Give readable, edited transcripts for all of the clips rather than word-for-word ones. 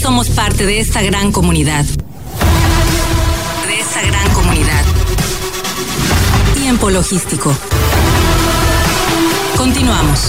somos parte de esta gran comunidad. Tiempo logístico. Continuamos.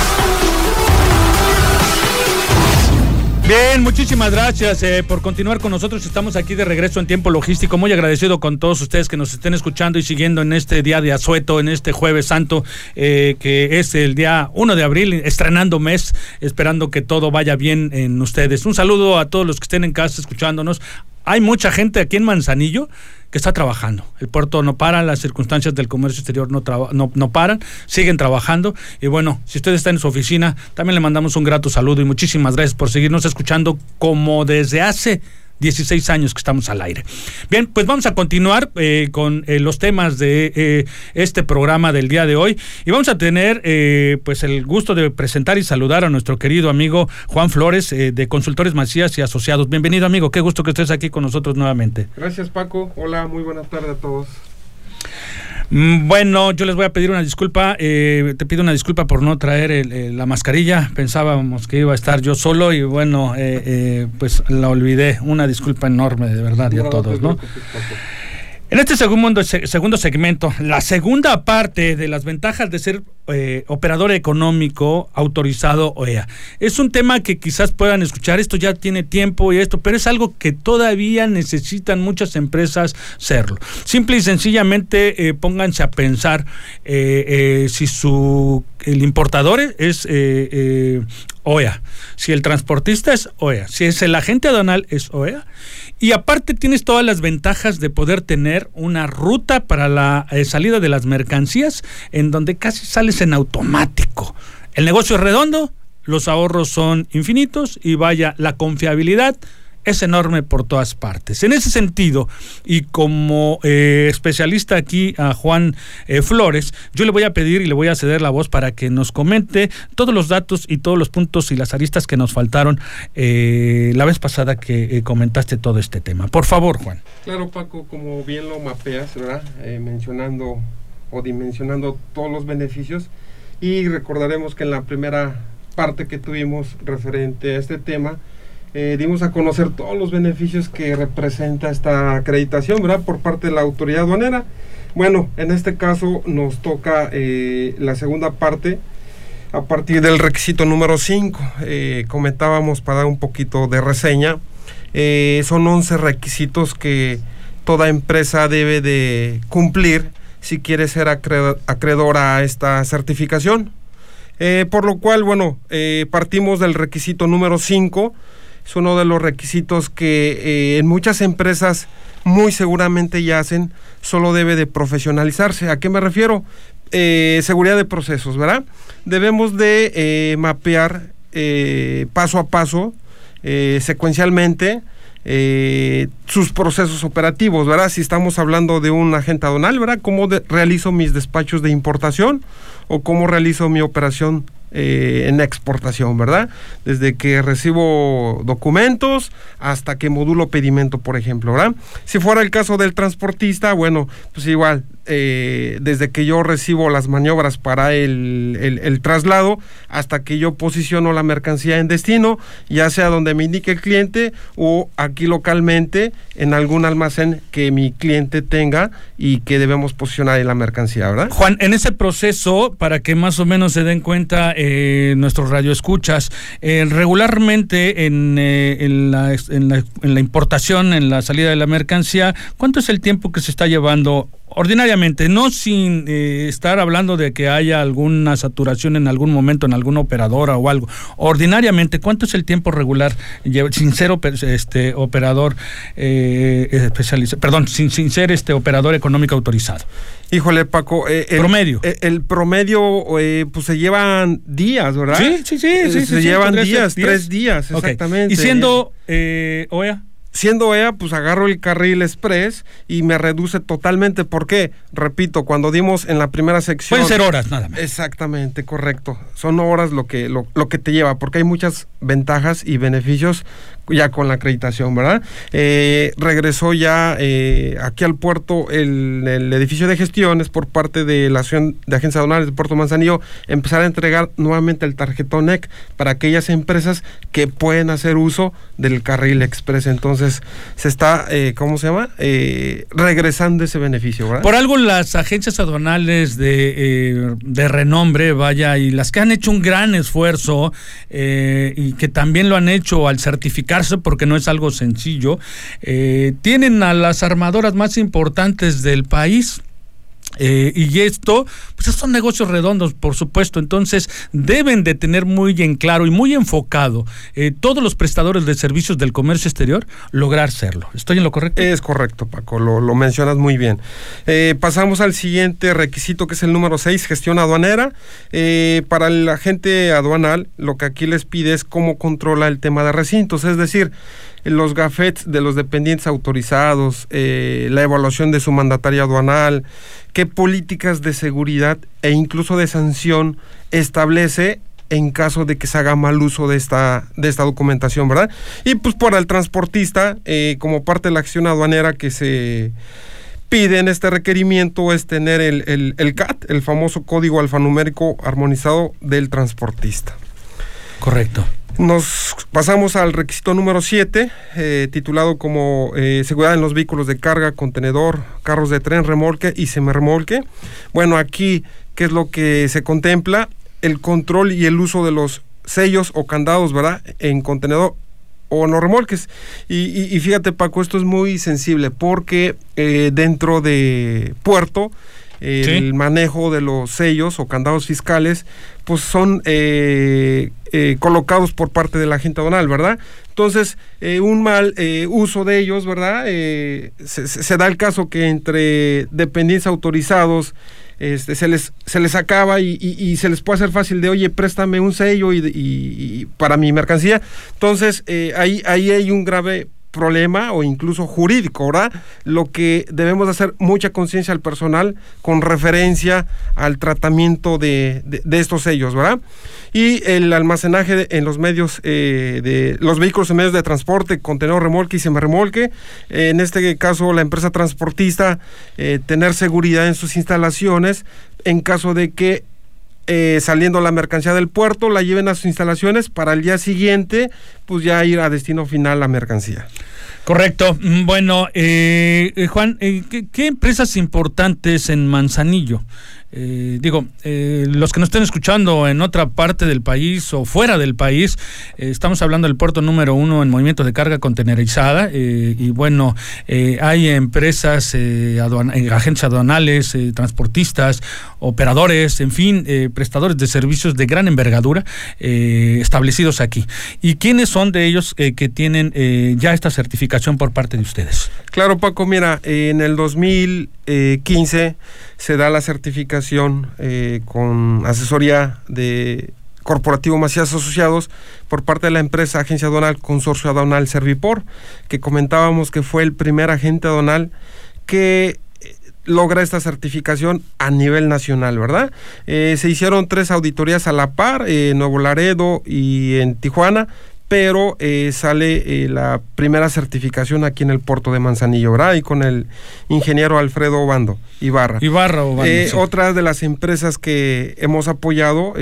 Bien, muchísimas gracias por continuar con nosotros. Estamos aquí de regreso en Tiempo Logístico. Muy agradecido con todos ustedes que nos estén escuchando y siguiendo en este día de Asueto, en este Jueves Santo, que es el día 1 de abril, estrenando mes, esperando que todo vaya bien en ustedes. Un saludo a todos los que estén en casa escuchándonos. Hay mucha gente aquí en Manzanillo que está trabajando. El puerto no para, las circunstancias del comercio exterior no paran, siguen trabajando. Y bueno, si usted está en su oficina, también le mandamos un grato saludo y muchísimas gracias por seguirnos escuchando como desde hace 16 años que estamos al aire. Bien, pues vamos a continuar con los temas de este programa del día de hoy y vamos a tener pues el gusto de presentar y saludar a nuestro querido amigo Juan Flores de Consultores Macías y Asociados. Bienvenido, amigo, qué gusto que estés aquí con nosotros nuevamente. Gracias, Paco. Hola, muy buenas tardes a todos. Bueno, yo les voy a pedir una disculpa, te pido una disculpa por no traer la mascarilla, pensábamos que iba a estar yo solo y bueno, pues la olvidé, una disculpa enorme de verdad y a todos, ¿no? En este segundo segmento, la segunda parte de las ventajas de ser operador económico autorizado OEA. Es un tema que quizás puedan escuchar, esto ya tiene tiempo y esto, pero es algo que todavía necesitan muchas empresas serlo. Simple y sencillamente pónganse a pensar si el importador es OEA, si el transportista es OEA, si es el agente aduanal es OEA. Y aparte tienes todas las ventajas de poder tener una ruta para la salida de las mercancías en donde casi sales en automático. El negocio es redondo, los ahorros son infinitos y vaya, la confiabilidad es enorme por todas partes. En ese sentido, y como especialista aquí a Juan Flores, yo le voy a pedir y le voy a ceder la voz para que nos comente todos los datos y todos los puntos y las aristas que nos faltaron la vez pasada que comentaste todo este tema. Por favor, Juan. Claro, Paco, como bien lo mapeas, ¿verdad? Mencionando o dimensionando todos los beneficios, y recordaremos que en la primera parte que tuvimos referente a este tema, dimos a conocer todos los beneficios que representa esta acreditación, ¿verdad?, por parte de la autoridad aduanera. Bueno, en este caso nos toca la segunda parte, a partir del requisito número 5. Comentábamos, para dar un poquito de reseña, son 11 requisitos que toda empresa debe de cumplir si quiere ser acreedora a esta certificación. Por lo cual, bueno, partimos del requisito número 5. Es uno de los requisitos que en muchas empresas muy seguramente ya hacen, solo debe de profesionalizarse. ¿A qué me refiero? Seguridad de procesos, ¿verdad? Debemos de mapear paso a paso, secuencialmente, sus procesos operativos, ¿verdad? Si estamos hablando de un agente aduanal, ¿verdad?, ¿cómo realizo mis despachos de importación o cómo realizo mi operación en exportación, ¿verdad? Desde que recibo documentos hasta que modulo pedimento, por ejemplo, ¿verdad? Si fuera el caso del transportista, bueno, pues igual, desde que yo recibo las maniobras para el traslado hasta que yo posiciono la mercancía en destino, ya sea donde me indique el cliente o aquí localmente en algún almacén que mi cliente tenga y que debemos posicionar en la mercancía, ¿verdad? Juan, en ese proceso, para que más o menos se den cuenta nuestros radioescuchas, regularmente en la importación, en la salida de la mercancía, ¿cuánto es el tiempo que se está llevando? Ordinariamente, no sin estar hablando de que haya alguna saturación en algún momento en alguna operadora o algo. Ordinariamente, ¿cuánto es el tiempo regular sin ser operador especializado? Perdón, sin ser operador económico autorizado. Híjole, Paco, promedio. El promedio, pues se llevan días, ¿verdad? Sí. Se llevan días, 3 días, exactamente. ¿Y siendo OEA? siendo EA, pues agarro el carril express y me reduce totalmente. ¿Por qué? Repito, cuando dimos en la primera sección... Pueden ser horas nada más. Exactamente, correcto. Son horas lo que te lleva, porque hay muchas ventajas y beneficios ya con la acreditación, ¿verdad? Regresó ya aquí al puerto el edificio de gestiones por parte de la Asociación de Agencias Aduanales de Puerto Manzanillo, empezar a entregar nuevamente el tarjetón EC para aquellas empresas que pueden hacer uso del carril express. Entonces se está, regresando ese beneficio, ¿verdad? Por algo las agencias aduanales de renombre, vaya, y las que han hecho un gran esfuerzo y que también lo han hecho al certificarse, porque no es algo sencillo, tienen a las armadoras más importantes del país. Y esto, pues son negocios redondos, por supuesto. Entonces deben de tener muy en claro y muy enfocado todos los prestadores de servicios del comercio exterior lograr serlo. ¿Estoy en lo correcto? Es correcto, Paco, lo mencionas muy bien. Pasamos al siguiente requisito, que es el número 6, gestión aduanera. Para el agente aduanal, lo que aquí les pide es cómo controla el tema de recintos, es decir, los gafetes de los dependientes autorizados, la evaluación de su mandatario aduanal, qué políticas de seguridad e incluso de sanción establece en caso de que se haga mal uso de esta documentación, ¿verdad? Y pues para el transportista, como parte de la gestión aduanera que se pide en este requerimiento, es tener el CAT, el famoso código alfanumérico armonizado del transportista. Correcto. Nos pasamos al requisito número 7, titulado como seguridad en los vehículos de carga, contenedor, carros de tren, remolque y semirremolque. Bueno, aquí, ¿qué es lo que se contempla? El control y el uso de los sellos o candados, ¿verdad?, en contenedor o en los remolques. Y fíjate, Paco, esto es muy sensible porque dentro de puerto, el manejo de los sellos o candados fiscales, pues son colocados por parte de la agente aduanal, ¿verdad? Entonces, un mal uso de ellos, ¿verdad? Se da el caso que entre dependientes autorizados se les acaba y se les puede hacer fácil de, oye, préstame un sello y para mi mercancía. Entonces, ahí hay un grave problema o incluso jurídico, ¿verdad? Lo que debemos hacer mucha conciencia al personal con referencia al tratamiento de estos sellos, ¿verdad? Y el almacenaje en los medios de los vehículos en medios de transporte, contenedor, remolque y semirremolque. En este caso, la empresa transportista tener seguridad en sus instalaciones en caso de que saliendo la mercancía del puerto, la lleven a sus instalaciones para el día siguiente, pues ya ir a destino final la mercancía. Correcto. Bueno, Juan, ¿qué empresas importantes en Manzanillo? Los que nos estén escuchando en otra parte del país o fuera del país, estamos hablando del puerto número 1 en movimiento de carga contenerizada, y bueno, hay empresas, agencias aduanales, transportistas, operadores, en fin, prestadores de servicios de gran envergadura establecidos aquí. ¿Y quiénes son de ellos que tienen ya esta certificación por parte de ustedes? Claro, Paco, mira, en el 2015 se da la certificación con asesoría de Corporativo Macías Asociados por parte de la empresa Agencia Aduanal Consorcio Aduanal Servipor, que comentábamos que fue el primer agente aduanal que logra esta certificación a nivel nacional, ¿verdad? Se hicieron 3 auditorías a la par, en Nuevo Laredo y en Tijuana, pero sale la primera certificación aquí en el puerto de Manzanillo, ¿verdad? Y con el ingeniero Alfredo Ibarra, sí. Otra de las empresas que hemos apoyado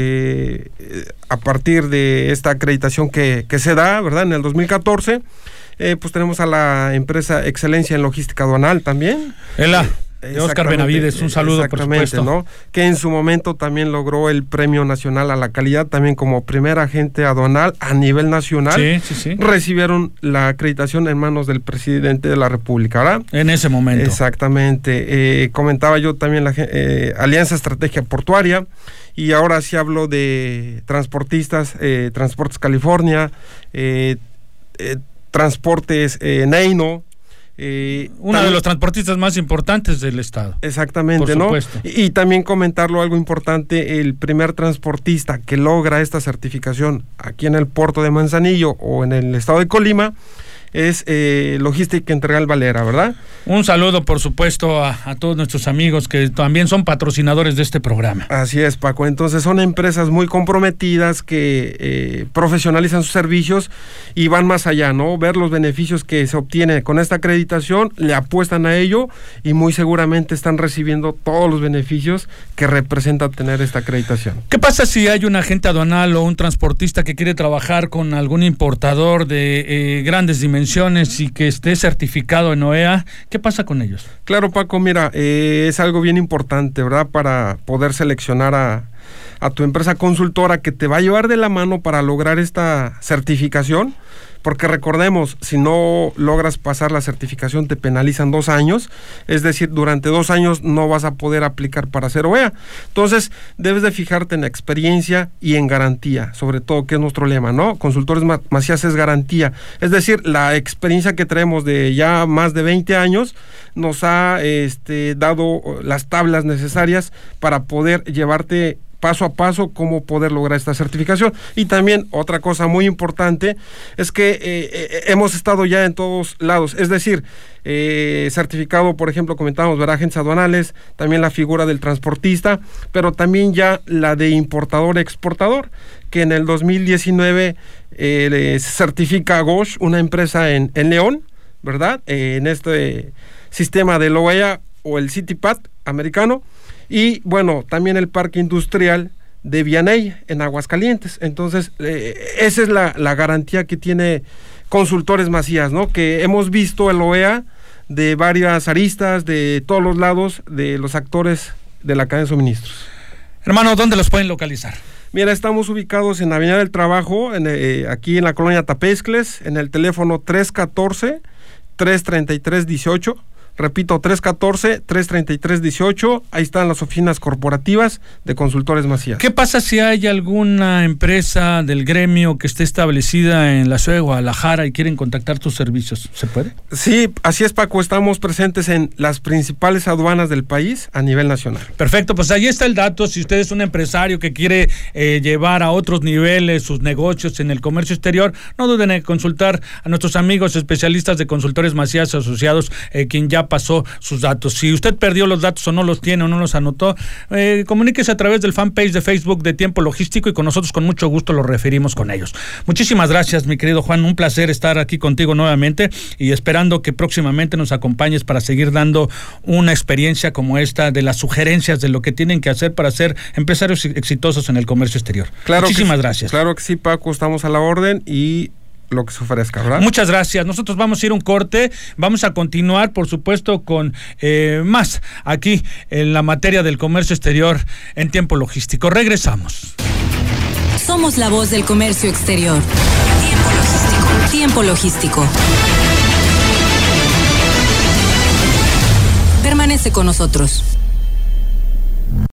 a partir de esta acreditación que se da, ¿verdad? En el 2014, pues tenemos a la empresa Excelencia en Logística Aduanal también. De Oscar Benavides, un saludo, por supuesto, ¿no? Que en su momento también logró el Premio Nacional a la Calidad, también como primer agente aduanal a nivel nacional. Sí. Recibieron la acreditación en manos del presidente de la República, ¿verdad? En ese momento. Exactamente. Comentaba yo también la Alianza Estrategia Portuaria, y ahora sí hablo de transportistas, Transportes California, Transportes Neino, uno de los transportistas más importantes del estado. Exactamente, ¿no? Y también comentarlo, algo importante, el primer transportista que logra esta certificación aquí en el puerto de Manzanillo o en el estado de Colima es Logística Integral Valera, ¿verdad? Un saludo, por supuesto, a todos nuestros amigos que también son patrocinadores de este programa. Así es, Paco. Entonces son empresas muy comprometidas que profesionalizan sus servicios y van más allá, ¿no? Ver los beneficios que se obtienen con esta acreditación, le apuestan a ello y muy seguramente están recibiendo todos los beneficios que representa tener esta acreditación. ¿Qué pasa si hay un agente aduanal o un transportista que quiere trabajar con algún importador de grandes dimensiones y que esté certificado en OEA? ¿Qué pasa con ellos? Claro, Paco, mira, es algo bien importante, ¿verdad? Para poder seleccionar a tu empresa consultora que te va a llevar de la mano para lograr esta certificación, porque recordemos, si no logras pasar la certificación te penalizan 2 años, es decir, durante 2 años no vas a poder aplicar para hacer OEA. Entonces, debes de fijarte en la experiencia y en garantía, sobre todo, que es nuestro lema, ¿no? Consultores Macías es garantía, es decir, la experiencia que traemos de ya más de 20 años nos ha dado las tablas necesarias para poder llevarte paso a paso cómo poder lograr esta certificación. Y también otra cosa muy importante es que hemos estado ya en todos lados, es decir, certificado, por ejemplo, comentábamos, ¿verdad? Agentes aduanales, también la figura del transportista, pero también ya la de importador-exportador, que en el 2019 se certifica a Gosh, una empresa en León, ¿verdad? En este sistema del OEA o el CITIPAT americano. Y bueno, también el parque industrial de Vianey en Aguascalientes. Entonces, esa es la garantía que tiene Consultores Macías, ¿no? Que hemos visto el OEA de varias aristas, de todos los lados, de los actores de la cadena de suministros. Hermano, ¿dónde los pueden localizar? Mira, estamos ubicados en Avenida del Trabajo, aquí en la colonia Tapescles, en el teléfono 314-333-18. Repito, 314-333-18, ahí están las oficinas corporativas de Consultores Macías. ¿Qué pasa si hay alguna empresa del gremio que esté establecida en la ciudad de Guadalajara y quieren contactar tus servicios? ¿Se puede? Sí, así es, Paco, estamos presentes en las principales aduanas del país a nivel nacional. Perfecto, pues ahí está el dato. Si usted es un empresario que quiere llevar a otros niveles sus negocios en el comercio exterior, no duden en consultar a nuestros amigos especialistas de Consultores Macías Asociados, quien ya pasó sus datos. Si usted perdió los datos o no los tiene o no los anotó, comuníquese a través del fanpage de Facebook de Tiempo Logístico y con nosotros con mucho gusto los referimos con ellos. Muchísimas gracias, mi querido Juan, un placer estar aquí contigo nuevamente y esperando que próximamente nos acompañes para seguir dando una experiencia como esta de las sugerencias de lo que tienen que hacer para ser empresarios exitosos en el comercio exterior. Claro, muchísimas gracias. Claro que sí, Paco, estamos a la orden y lo que se ofrezca, ¿verdad? Muchas gracias. Nosotros vamos a ir a un corte, vamos a continuar, por supuesto, con más aquí en la materia del comercio exterior en Tiempo Logístico. Regresamos. Somos la voz del comercio exterior. Tiempo Logístico. Tiempo Logístico. Permanece con nosotros.